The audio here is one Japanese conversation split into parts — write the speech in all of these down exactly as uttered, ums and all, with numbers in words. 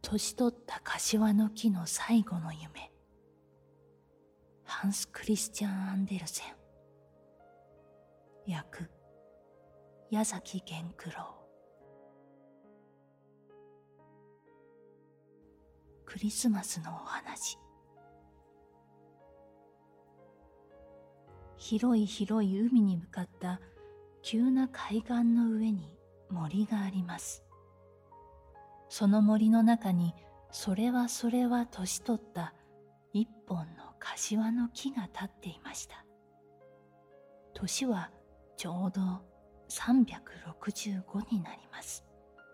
年取った柏の木の最後の夢。ハンス・クリスチャン・アンデルセン。訳、矢崎源九郎。クリスマスのお話。広い広い海に向かった急な海岸の上に森があります。その森の中にそれはそれは年取った一本の柏の木が立っていました。年はちょうどさんびゃくろくじゅうごになります。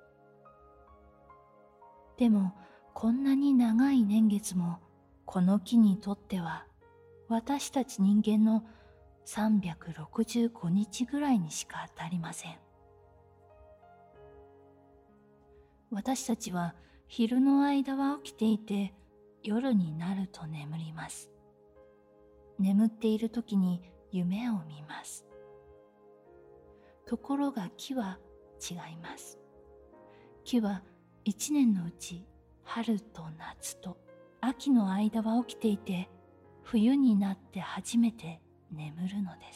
でもこんなに長い年月もこの木にとっては私たち人間のさんびゃくろくじゅうごにちぐらいにしか当たりません。私たちは昼の間は起きていて夜になると眠ります。眠っている時に夢を見ます。ところが木は違います。木は一年のうち春と夏と秋の間は起きていて冬になって初めて眠るのです。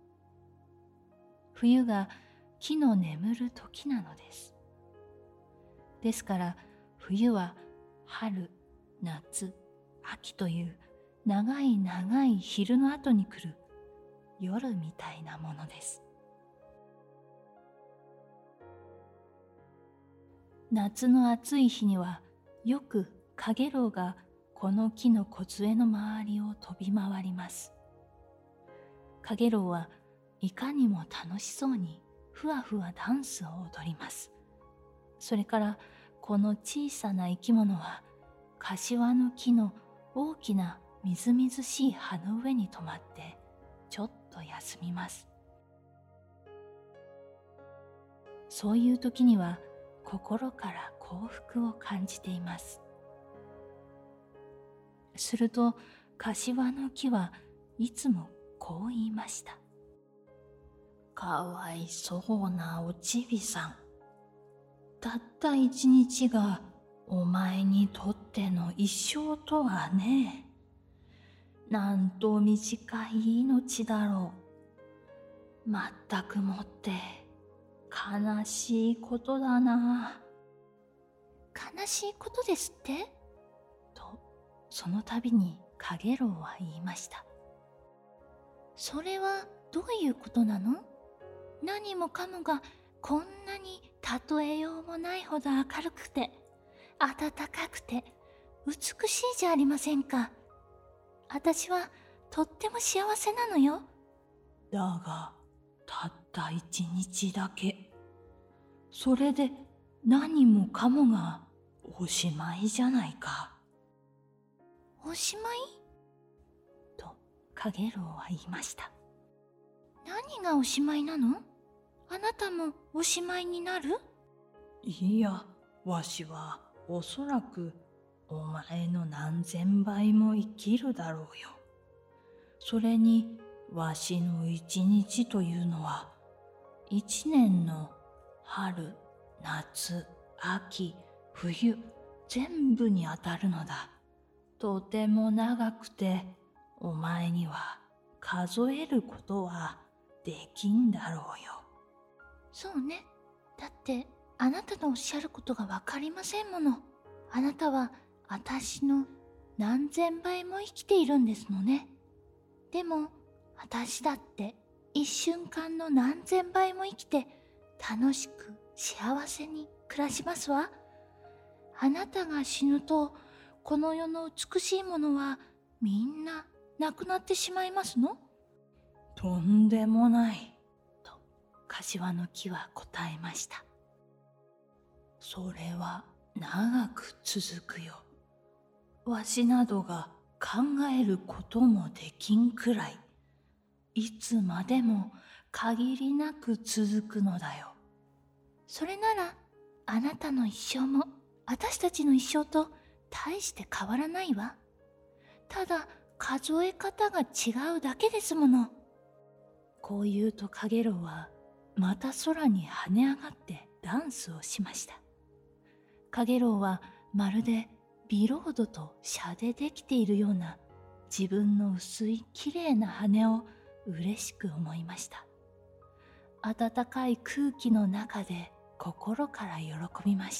冬が木の眠る時なのです。ですから冬は春、夏、秋という長い長い昼の後に来る夜みたいなものです。夏の暑い日にはよくカゲロウがこの木の梢の周りを飛び回ります。カゲロウはいかにも楽しそうにふわふわダンスを踊ります。それからこの小さな生き物は柏の木の大きなみずみずしい葉の上に止まってちょっと休みます。そういう時には心から幸福を感じています。すると柏の木はいつもこう言いました。かわいそうなおちびさん。たった一日がお前にとっての一生とはね。なんと短い命だろう。まったくもって悲しいことだな。悲しいことですってと、その度にカゲロウは言いました。それはどういうことなの？何もかもがこんなに例えようもないほど明るくて、暖かくて、美しいじゃありませんか。私はとっても幸せなのよ。だが、たった一日だけ。それで何もかもがおしまいじゃないか。おしまい？と、カゲロウは言いました。何がおしまいなの？あなたもおしまいになる？いや、わしはおそらくお前の何千倍も生きるだろうよ。それにわしの一日というのは一年の春、夏、秋、冬全部に当たるのだ。とても長くてお前には数えることはできんだろうよ。そうね。だってあなたのおっしゃることがわかりませんもの。あなたは私の何千倍も生きているんですのね。でも私だって一瞬間の何千倍も生きて楽しく幸せに暮らしますわ。あなたが死ぬとこの世の美しいものはみんななくなってしまいますの？とんでもない。柏の木は答えました。それは長く続くよ。わしなどが考えることもできんくらい、いつまでも限りなく続くのだよ。それならあなたの一生も私たちの一生と大して変わらないわ。ただ数え方が違うだけですもの。こう言うとカゲロウはまた空に跳ね上がってダンスをしました。カゲロウはまるでビロードと紗でできているような自分の薄いきれいな羽を嬉しく思いました。暖かい空気の中で心から喜びました。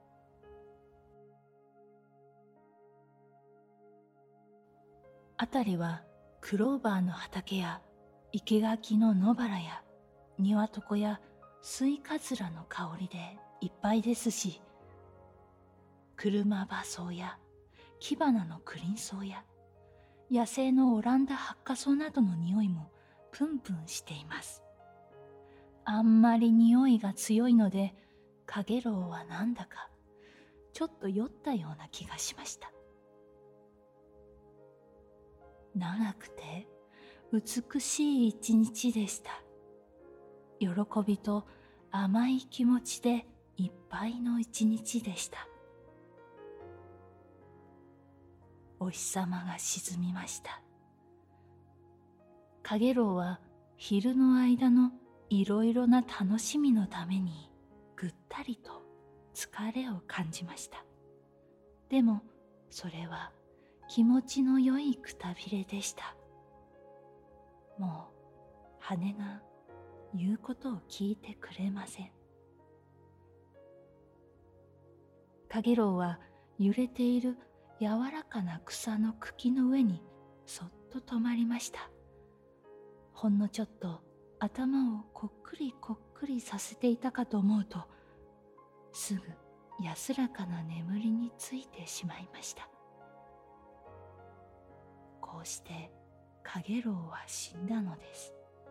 あたりはクローバーの畑や生垣の野原や庭床やスイカズラの香りでいっぱいですし、車馬草や木花のクリンソウや野生のオランダハッカソウなどの匂いもプンプンしています。あんまり匂いが強いので、カゲロウはなんだかちょっと酔ったような気がしました。長くて美しい一日でした。喜びと甘い気持ちでいっぱいの一日でした。お日様が沈みました。カゲロウは昼の間のいろいろな楽しみのためにぐったりと疲れを感じました。でもそれは気持ちの良いくたびれでした。もう羽が言うことを聞いてくれません。カゲロウは揺れている柔らかな草の茎の上にそっと止まりました。ほんのちょっと頭をこっくりこっくりさせていたかと思うと、すぐ安らかな眠りについてしまいました。こうしてカゲロウは死んだのです。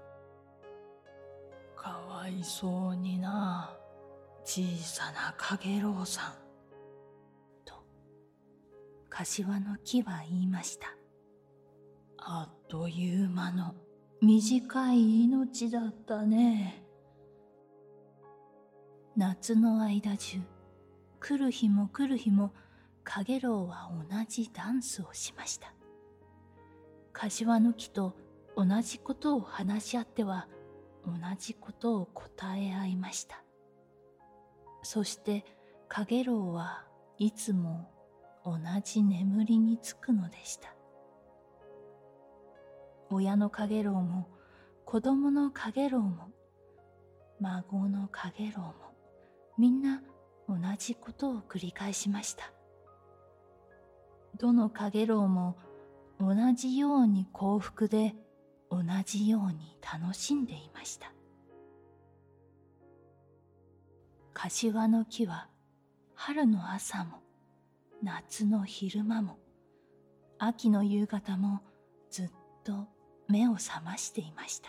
かわいそうにな、小さなカゲロウさん、と柏の木は言いました。あっという間の短い命だったね。夏の間中、来る日も来る日もカゲロウは同じダンスをしました。柏の木と同じことを話し合っては同じことを答え合いました。そしてカゲロウはいつも同じ眠りにつくのでした。親のカゲロウも子供のカゲロウも孫のカゲロウもみんな同じことを繰り返しました。どのカゲロウも同じように幸福で同じように楽しんでいました。柏の木は春の朝も夏の昼間も秋の夕方もずっと目を覚ましていました。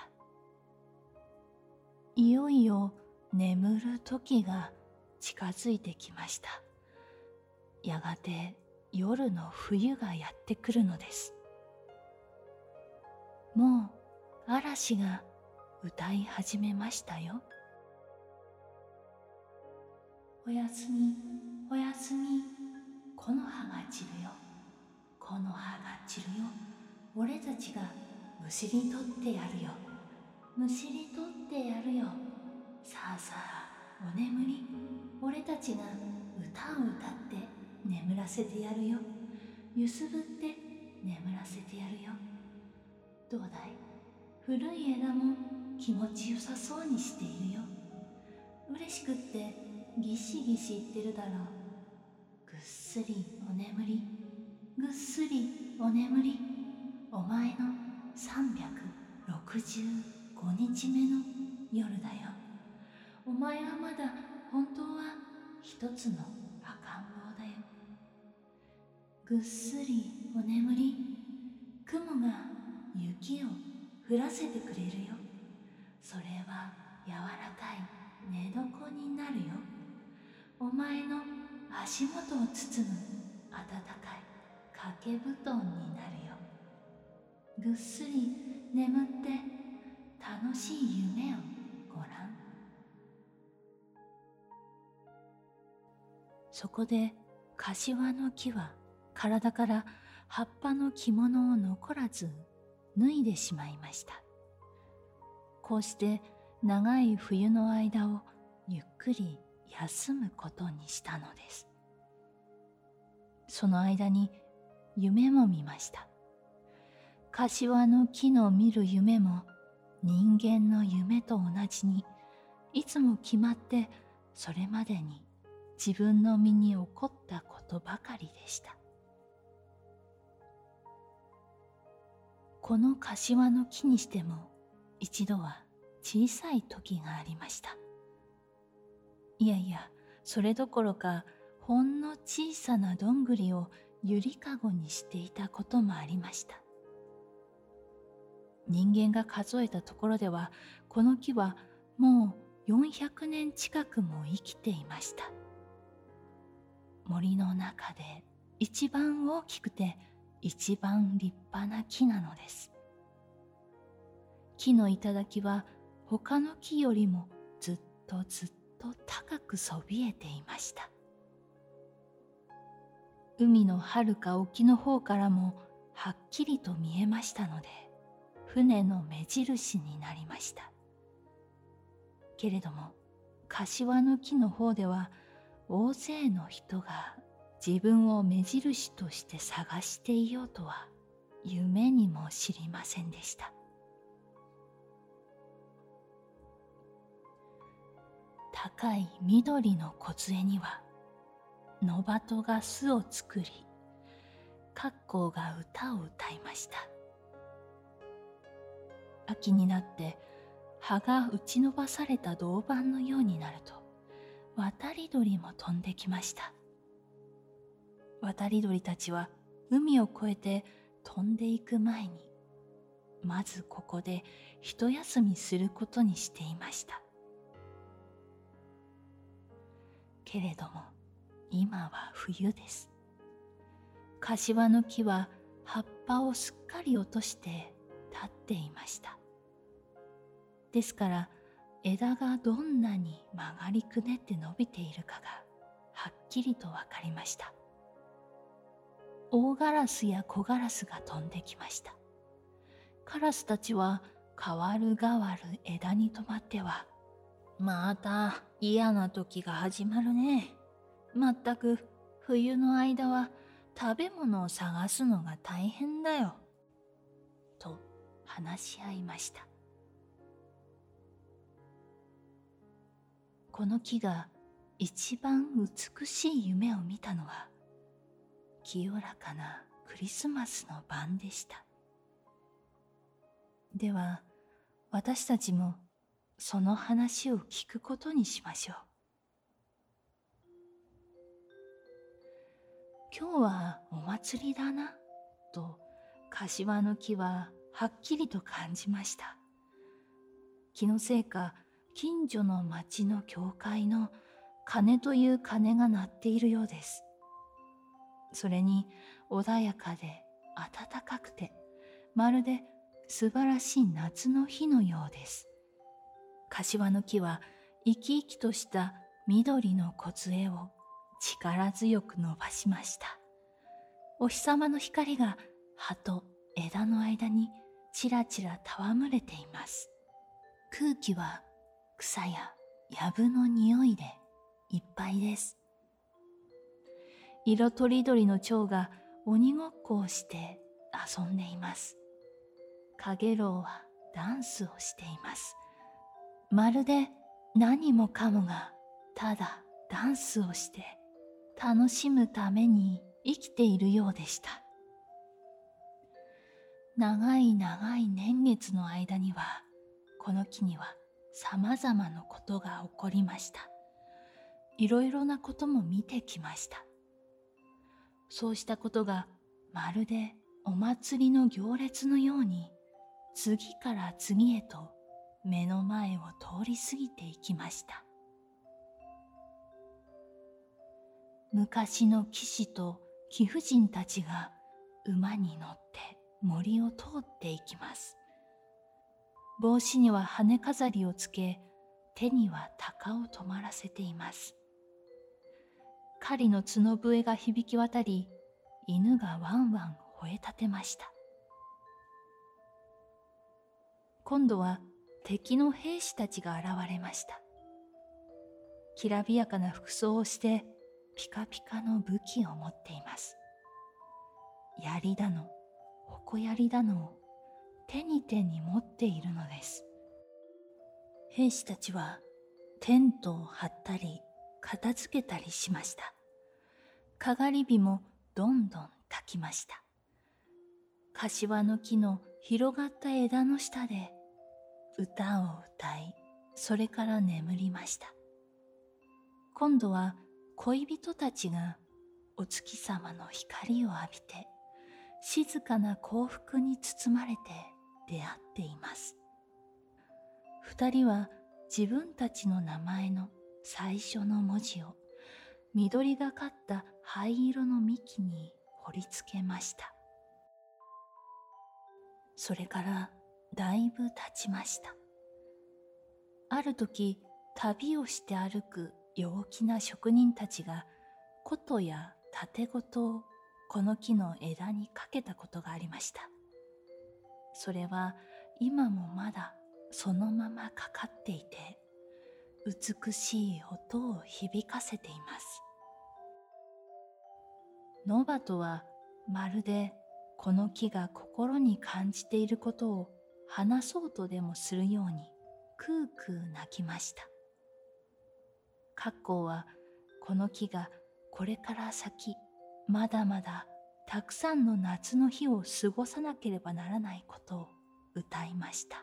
いよいよ眠る時が近づいてきました。やがて夜の冬がやってくるのです。もう嵐が歌い始めましたよ。おやすみ、おやすみ、木の葉が散るよ、木の葉が散るよ、俺たちがむしり取ってやるよ、むしり取ってやるよ、さあさあお眠り、俺たちが歌を歌って眠らせてやるよ、ゆすぶって眠らせてやるよ。どうだい、古い枝も気持ちよさそうにしているよ。嬉しくってギシギシ言ってるだろう。ぐっすりお眠り、ぐっすりお眠り。お前のさんびゃくろくじゅうごにちめの夜だよ。お前はまだ本当は一つの赤ん坊だよ。ぐっすりお眠り。雲が雪を降らせてくれるよ。それは柔らかい寝床になるよ。お前の足元を包む暖かい掛け布団になるよ。ぐっすり眠って楽しい夢をごらん。そこで柏の木は体から葉っぱの着物を残らず脱いでしまいました。こうして長い冬の間をゆっくり休むことにしたのです。 その間に夢も見ました。柏の木の見る夢も人間の夢と同じに、いつも決まってそれまでに自分の身に起こったことばかりでした。この柏の木にしても一度は小さい時がありました。いやいや、それどころかほんの小さなどんぐりをゆりかごにしていたこともありました。人間が数えたところでは、この木はもうよんひゃくねん近くも生きていました。森の中で一番大きくて一番立派な木なのです。木の頂は他の木よりもずっとずっと高くそびえていました。海のはるか沖の方からもはっきりと見えましたので、船の目印になりました。けれども、柏の木の方では大勢の人が自分を目印として探していようとは夢にも知りませんでした。高い緑の梢には野鳩が巣を作り、格好が歌を歌いました。秋になって葉が打ち伸ばされた銅板のようになると、渡り鳥も飛んできました。渡り鳥たちは海を越えて飛んでいく前に、まずここで一休みすることにしていました。けれども今は冬です。柏の木は葉っぱをすっかり落として立っていました。ですから枝がどんなに曲がりくねって伸びているかがはっきりとわかりました。大ガラスや小ガラスが飛んできました。カラスたちは変わる変わる枝に止まっては、また嫌な時が始まるね。まったく冬の間は食べ物を探すのが大変だよ。と話し合いました。この木が一番美しい夢を見たのは、清らかなクリスマスの晩でした。では、私たちもその話を聞くことにしましょう。今日はお祭りだな、と柏の木ははっきりと感じました。気のせいか、近所の町の教会の鐘という鐘が鳴っているようです。それに穏やかで暖かくて、まるで素晴らしい夏の日のようです。柏の木は生き生きとした緑の梢を力強く伸ばしました。お日様の光が葉と枝の間にちらちら戯れています。空気は草や藪の匂いでいっぱいです。色とりどりの蝶が鬼ごっこをして遊んでいます。かげろうはダンスをしています。まるで何もかもがただダンスをして楽しむために生きているようでした。長い長い年月の間には、この木にはさまざまなことが起こりました。いろいろなことも見てきました。そうしたことがまるでお祭りの行列のように、次から次へと目の前を通り過ぎていきました。昔の騎士と貴婦人たちが馬に乗って森を通っていきます。帽子には羽飾りをつけ、手には鷹を止まらせています。狩りの角笛が響き渡り、犬がワンワン吠え立てました。今度は敵の兵士たちが現れました。きらびやかな服装をして、 ピカピカの武器を持っています。槍だの、矛槍だのを手に手に持っているのです。兵士たちはテントを張ったり片付けたりしました。かがり火もどんどん焚きました。柏の木の広がった枝の下で歌を歌い、それから眠りました。今度は恋人たちがお月様の光を浴びて静かな幸福に包まれて出会っています。二人は自分たちの名前の最初の文字を緑がかった灰色の幹に彫り付けました。それからだいぶ経ちました。ある時、旅をして歩く陽気な職人たちが琴や盾琴をこの木の枝にかけたことがありました。それは今もまだそのままかかっていて、美しい音を響かせています。ノバトはまるでこの木が心に感じていることを話そうとでもするようにクークー鳴きました。カッコウはこの木がこれから先まだまだたくさんの夏の日を過ごさなければならないことを歌いました。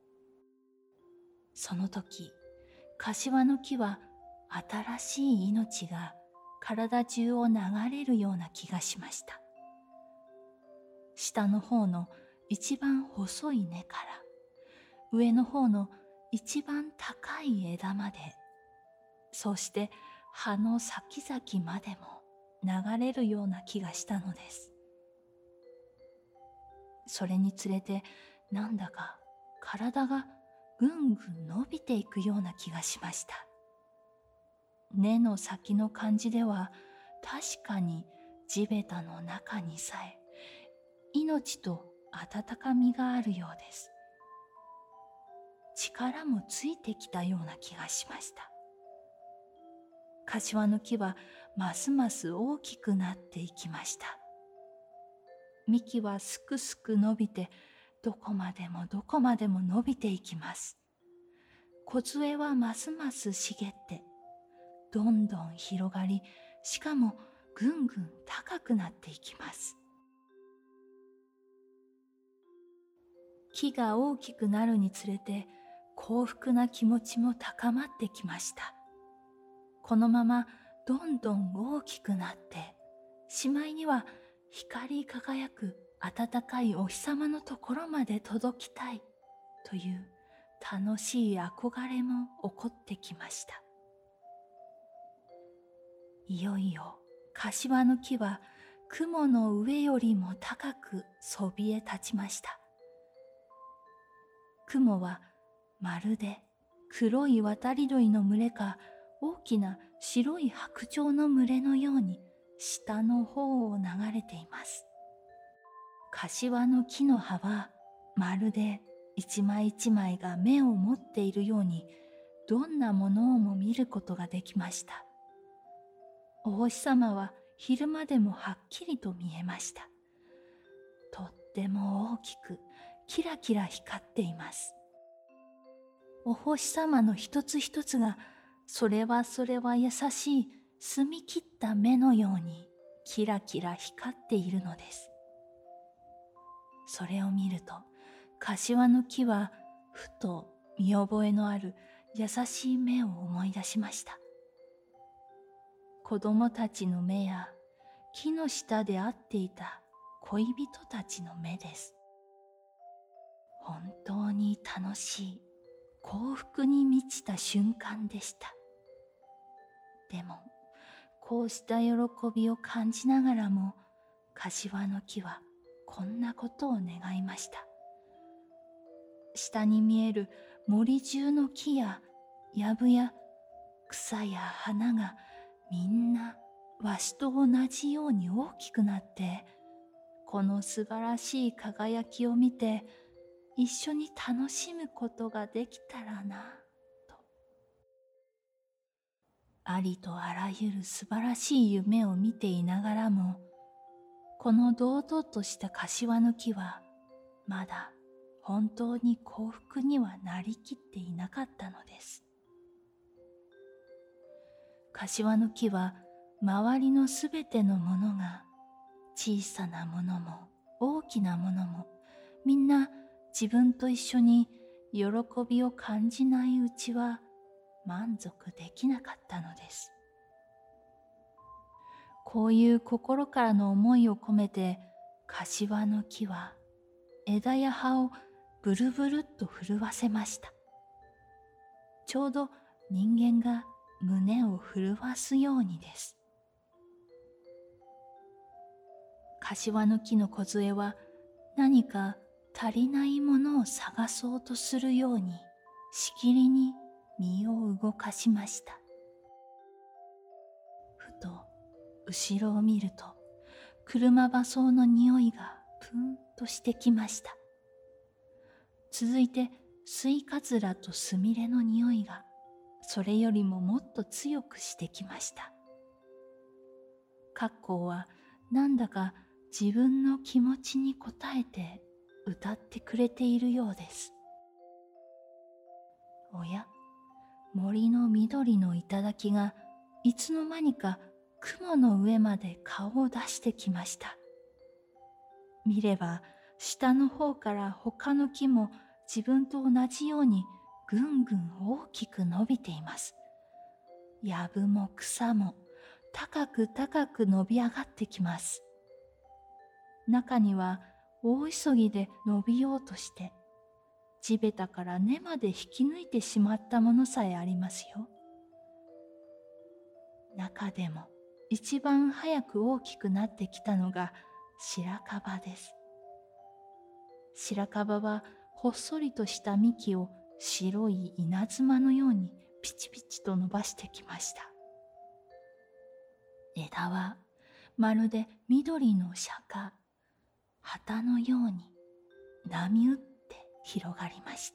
その時、柏の木は新しい命が体中を流れるような気がしました。下の方の一番細い根から上の方の一番高い枝まで、そして葉の先々までも流れるような気がしたのです。それにつれてなんだか体がぐんぐん伸びていくような気がしました。根の先の感じでは確かに地べたの中にさえ命と温かみがあるようです。力もついてきたような気がしました。柏の木はますます大きくなっていきました。幹はすくすく伸びて、どこまでもどこまでも伸びていきます。梢はますます茂って、どんどん広がり、しかもぐんぐん高くなっていきます。木が大きくなるにつれて、幸福な気持ちも高まってきました。このままどんどん大きくなって、しまいには光り輝く暖かいお日様のところまで届きたいという楽しい憧れも起こってきました。いよいよ柏の木は雲の上よりも高くそびえ立ちました。雲はまるで黒い渡り鳥の群れか大きな白い白鳥の群れのように下の方を流れています。柏の木の葉はまるで一枚一枚が目を持っているようにどんなものをも見ることができました。お星様は昼間でもはっきりと見えました。とっても大きくキラキラ光っています。お星様の一つ一つがそれはそれは優しい澄み切った目のようにキラキラ光っているのです。それを見ると柏の木はふと見覚えのある優しい目を思い出しました。子供たちの目や木の下で会っていた恋人たちの目です。本当に楽しい幸福に満ちた瞬間でした。でもこうした喜びを感じながらも柏の木はこんなことを願いました。下に見える森中の木や藪や草や花がみんなわしと同じように大きくなってこの素晴らしい輝きを見て一緒に楽しむことができたらなと。 ありとあらゆる素晴らしい夢を見ていながらも、この堂々とした柏の木はまだ本当に幸福にはなりきっていなかったのです。柏の木は周りのすべてのものが、小さなものも大きなものもみんな自分と一緒に喜びを感じないうちは満足できなかったのです。こういう心からの思いを込めて、柏の木は枝や葉をブルブルっと震わせました。ちょうど人間が胸を震わすようにです。柏の木の梢は何か足りないものを探そうとするようにしきりに身を動かしました。ふと後ろを見ると、車馬草の匂いがプンとしてきました。続いてスイカズラとスミレの匂いがそれよりももっと強くしてきました。カッコウはなんだか自分の気持ちに応えて歌ってくれているようです。おや、森の緑の頂がいつの間にか雲の上まで顔を出してきました。見れば下の方から他の木も自分と同じようにぐんぐん大きく伸びています。藪も草も高く高く伸び上がってきます。中には大急ぎで伸びようとして、地べたから根まで引き抜いてしまったものさえありますよ。中でも一番早く大きくなってきたのが白樺です。白樺はほっそりとした幹を白い稲妻のようにピチピチと伸ばしてきました。枝はまるで緑の釈迦、旗のように波打って広がりました。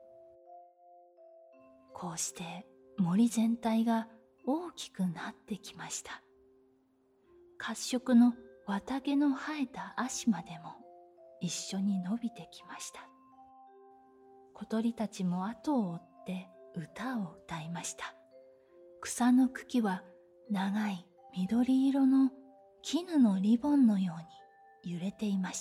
こうして森全体が大きくなってきました。褐色の綿毛の生えた足までも一緒に伸びてきました。小鳥たちも後を追って歌を歌いました。草の茎は長い緑色の絹のリボンのように揺れていました。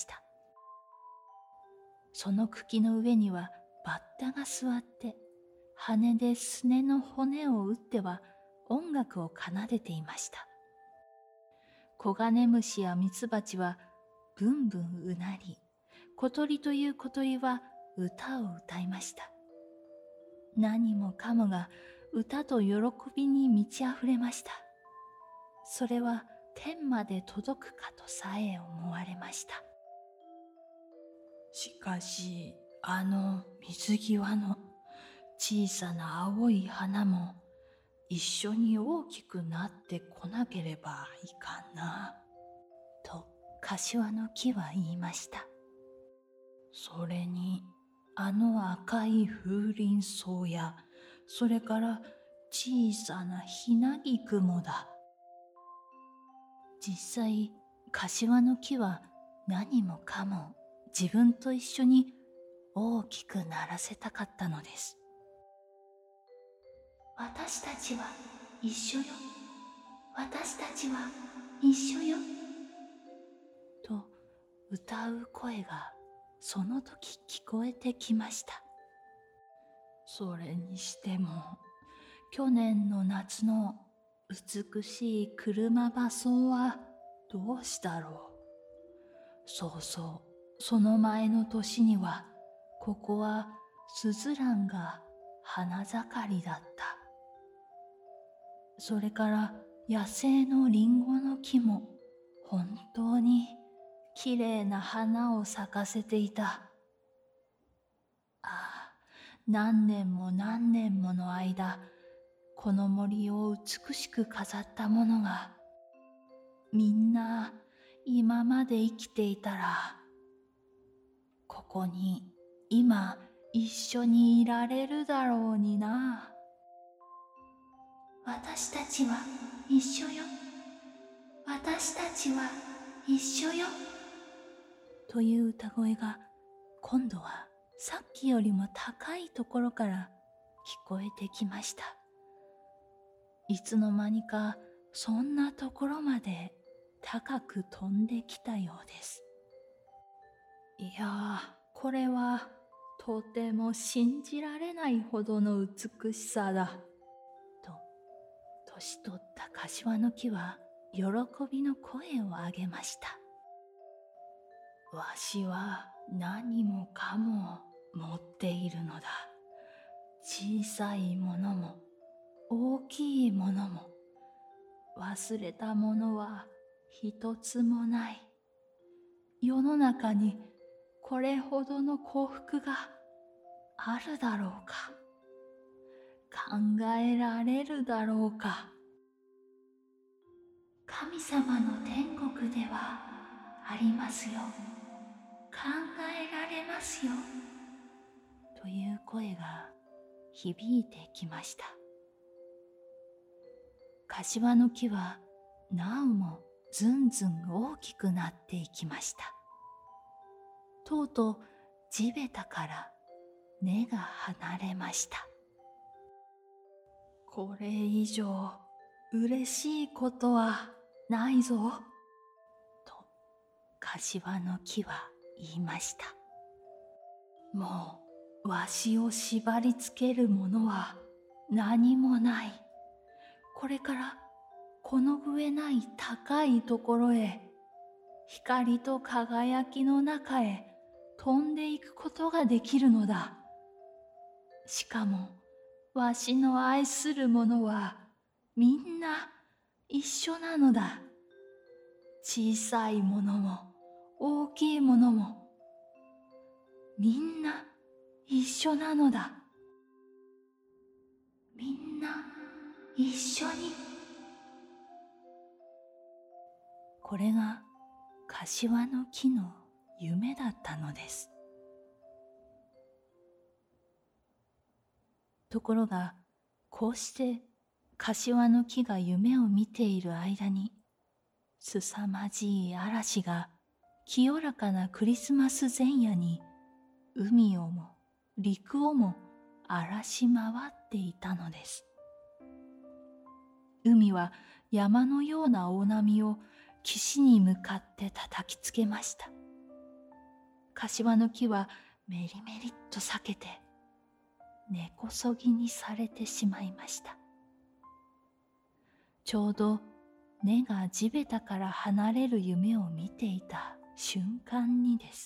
その茎の上にはバッタが座って、羽ですねの骨を打っては音楽を奏でていました。コガネムシやミツバチはブンブンうなり、小鳥という小鳥は歌を歌いました。何もかもが歌と喜びに満ち溢れました。それは天まで届くかとさえ思われました。しかし、あの水際の小さな青い花も一緒に大きくなってこなければいかんな、と柏の木は言いました。それに、あの赤い風鈴草や、それから小さなひなぎくもだ。実際、柏の木は何もかも自分と一緒に大きくならせたかったのです。私たちは一緒よ。私たちは一緒よ。と歌う声がその時聞こえてきました。それにしても、去年の夏の美しい車馬草はどうしたろう。そうそう、その前の年には、ここはスズランが花盛りだった。それから野生のリンゴの木も本当にきれいな花を咲かせていた。ああ、何年も何年もの間、この森を美しく飾ったものが、みんな今まで生きていたら、ここに今一緒にいられるだろうにな。 私たちは一緒よ。私たちは一緒よ。という歌声が今度はさっきよりも高いところから聞こえてきました。いつの間にかそんなところまで高く飛んできたようです。いやー、これはとても信じられないほどの美しさだ。と、年取った柏の木は喜びの声を上げました。わしは何もかも持っているのだ。小さいものも大きいものも忘れたものは一つもない。世の中にこれほどの幸福があるだろうか。考えられるだろうか。神様の天国ではありますよ。考えられますよ。という声が響いてきました。柏の木はなおもずんずん大きくなっていきました。とうとう地べたから根が離れました。これ以上嬉しいことはないぞ、と柏の木は言いました。もうわしを縛りつけるものは何もない。これからこの上ない高いところへ、光と輝きの中へ飛んでいくことができるのだ。しかもわしの愛する者はみんな一緒なのだ。小さいものも大きいものもみんな一緒なのだ。みんな一緒に。これが柏の木の夢だったのです。ところがこうして柏の木が夢を見ている間に、すさまじい嵐が清らかなクリスマス前夜に海をも陸をも荒らし回っていたのです。海は山のような大波を岸に向かって叩きつけました。柏の木はメリメリっと裂けて根こそぎにされてしまいました。ちょうど根が地べたから離れる夢を見ていた瞬間にです。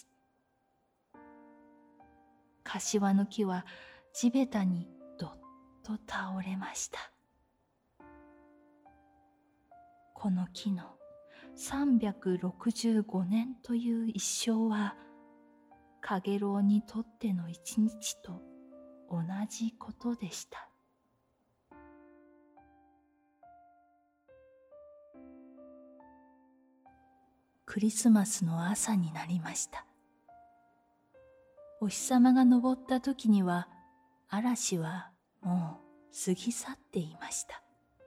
柏の木は地べたにどっと倒れました。この木のさんびゃくろくじゅうごねんという一生は、かげろうにとっての一日と同じことでした。クリスマスの朝になりました。お日様が昇った時には、嵐はもう過ぎ去っていました。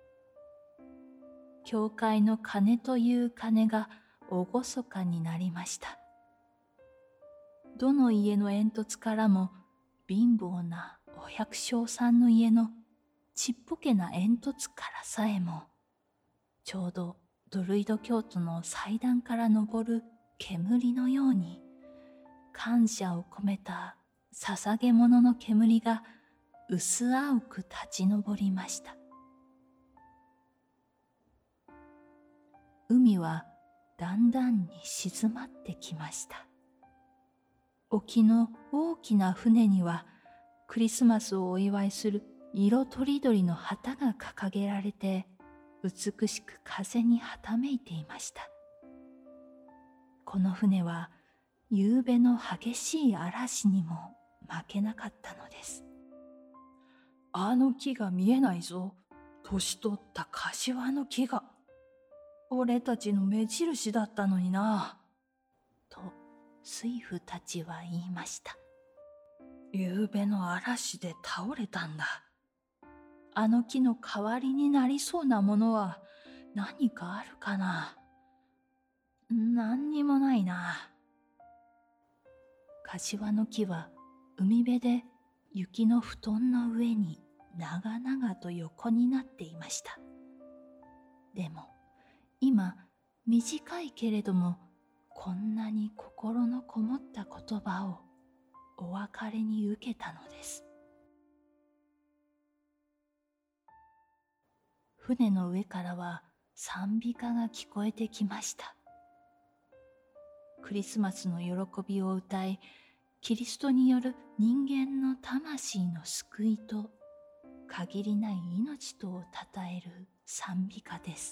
教会の鐘という鐘が厳かになりました。どの家の煙突からも貧乏なお百姓さんの家のちっぽけな煙突からさえも、ちょうどドルイド教徒の祭壇から昇る煙のように、感謝を込めた捧げ物の煙が薄青く立ち上りました。海はだんだんに静まってきました。沖の大きな船にはクリスマスをお祝いする色とりどりの旗が掲げられて、美しく風にはためいていました。この船は夕べの激しい嵐にも負けなかったのです。あの木が見えないぞ。年取った柏の木が。俺たちの目印だったのにな。と水夫たちは言いました。夕べの嵐で倒れたんだ。 あの木の代わりになりそうなものは何かあるかな。何にもないな。柏の木は海辺で雪の布団の上に長々と横になっていました。でも今短いけれどもこんなに心のこもった言葉をお別れに受けたのです。船の上からは賛美歌が聞こえてきました。クリスマスの喜びを歌い、キリストによる人間の魂の救いと限りない命とをたたえる賛美歌です。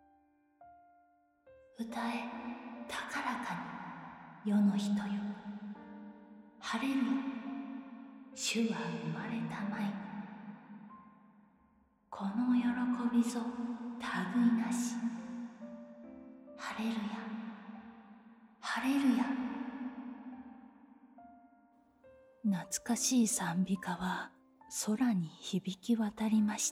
歌え高らかに世の人よ。ハレルヤ、主は生まれたまえに。この喜びぞ類なし。ハレルヤ、ハレルヤ。懐かしい賛美歌は空に響き渡りました。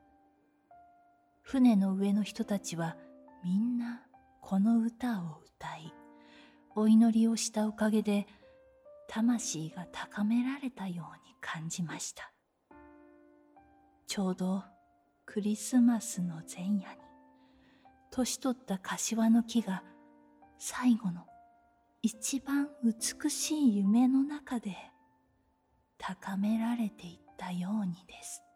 船の上の人たちはみんなこの歌を歌い、お祈りをしたおかげで魂が高められたように感じました。ちょうどクリスマスの前夜に、年取った柏の木が最後の一番美しい夢の中で高められていったようにです。